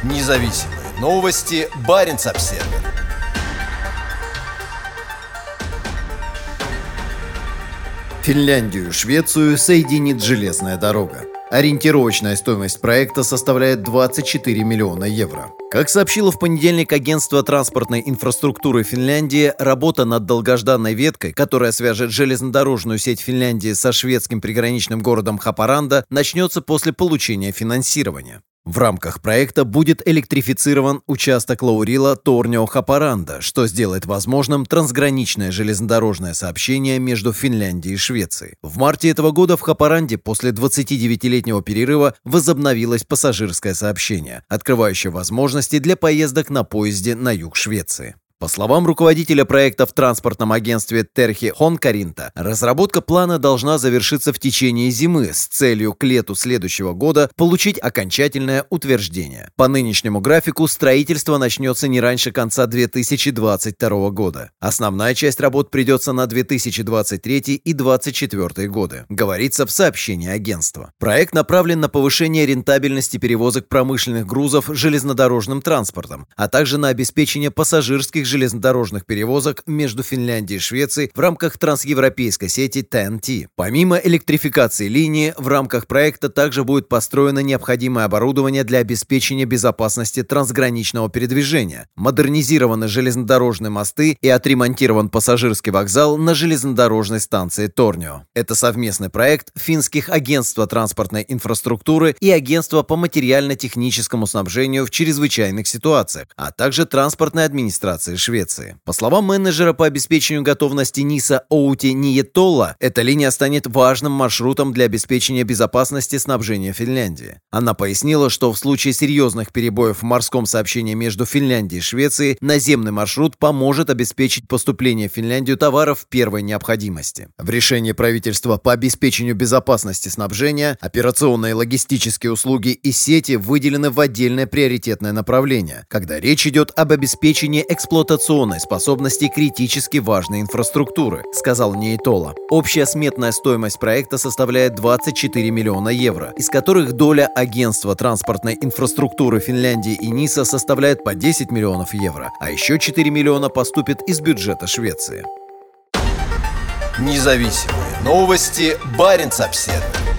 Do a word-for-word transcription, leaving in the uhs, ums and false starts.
Независимые новости. Баренц-Обсервер. Финляндию и Швецию соединит железная дорога. Ориентировочная стоимость проекта составляет двадцать четыре миллиона евро. Как сообщило в понедельник агентство транспортной инфраструктуры Финляндии, работа над долгожданной веткой, которая свяжет железнодорожную сеть Финляндии со шведским приграничным городом Хапаранда, начнется после получения финансирования. В рамках проекта будет электрифицирован участок Лаурила-Торнио-Хапаранда, что сделает возможным трансграничное железнодорожное сообщение между Финляндией и Швецией. В марте этого года в Хапаранде после двадцатидевятилетнего перерыва возобновилось пассажирское сообщение, открывающее возможности для поездок на поезде на юг Швеции. По словам руководителя проекта в транспортном агентстве Терхи Хонкаринта, разработка плана должна завершиться в течение зимы с целью к лету следующего года получить окончательное утверждение. По нынешнему графику строительство начнется не раньше конца две тысячи двадцать второго года. Основная часть работ придется на две тысячи двадцать третий и две тысячи двадцать четвёртый годы, говорится в сообщении агентства. Проект направлен на повышение рентабельности перевозок промышленных грузов железнодорожным транспортом, а также на обеспечение пассажирских железнодорожных перевозок между Финляндией и Швецией в рамках трансевропейской сети Ти Эн Ти. Помимо электрификации линии, в рамках проекта также будет построено необходимое оборудование для обеспечения безопасности трансграничного передвижения, модернизированы железнодорожные мосты и отремонтирован пассажирский вокзал на железнодорожной станции Торнио. Это совместный проект финских агентства транспортной инфраструктуры и агентства по материально-техническому снабжению в чрезвычайных ситуациях, а также транспортной администрации Швеции. По словам менеджера по обеспечению готовности НИСа Оути Ниетолла, эта линия станет важным маршрутом для обеспечения безопасности снабжения Финляндии. Она пояснила, что в случае серьезных перебоев в морском сообщении между Финляндией и Швецией наземный маршрут поможет обеспечить поступление в Финляндию товаров первой необходимости. В решении правительства по обеспечению безопасности снабжения операционные логистические услуги и сети выделены в отдельное приоритетное направление, когда речь идет об обеспечении эксплуатационной способности критически важной инфраструктуры, сказал Ниетолла. Общая сметная стоимость проекта составляет двадцать четыре миллиона евро, из которых доля агентства транспортной инфраструктуры Финляндии и НИСа составляет по десять миллионов евро, а еще четыре миллиона поступит из бюджета Швеции. Независимые новости. Баренц-Обсервер.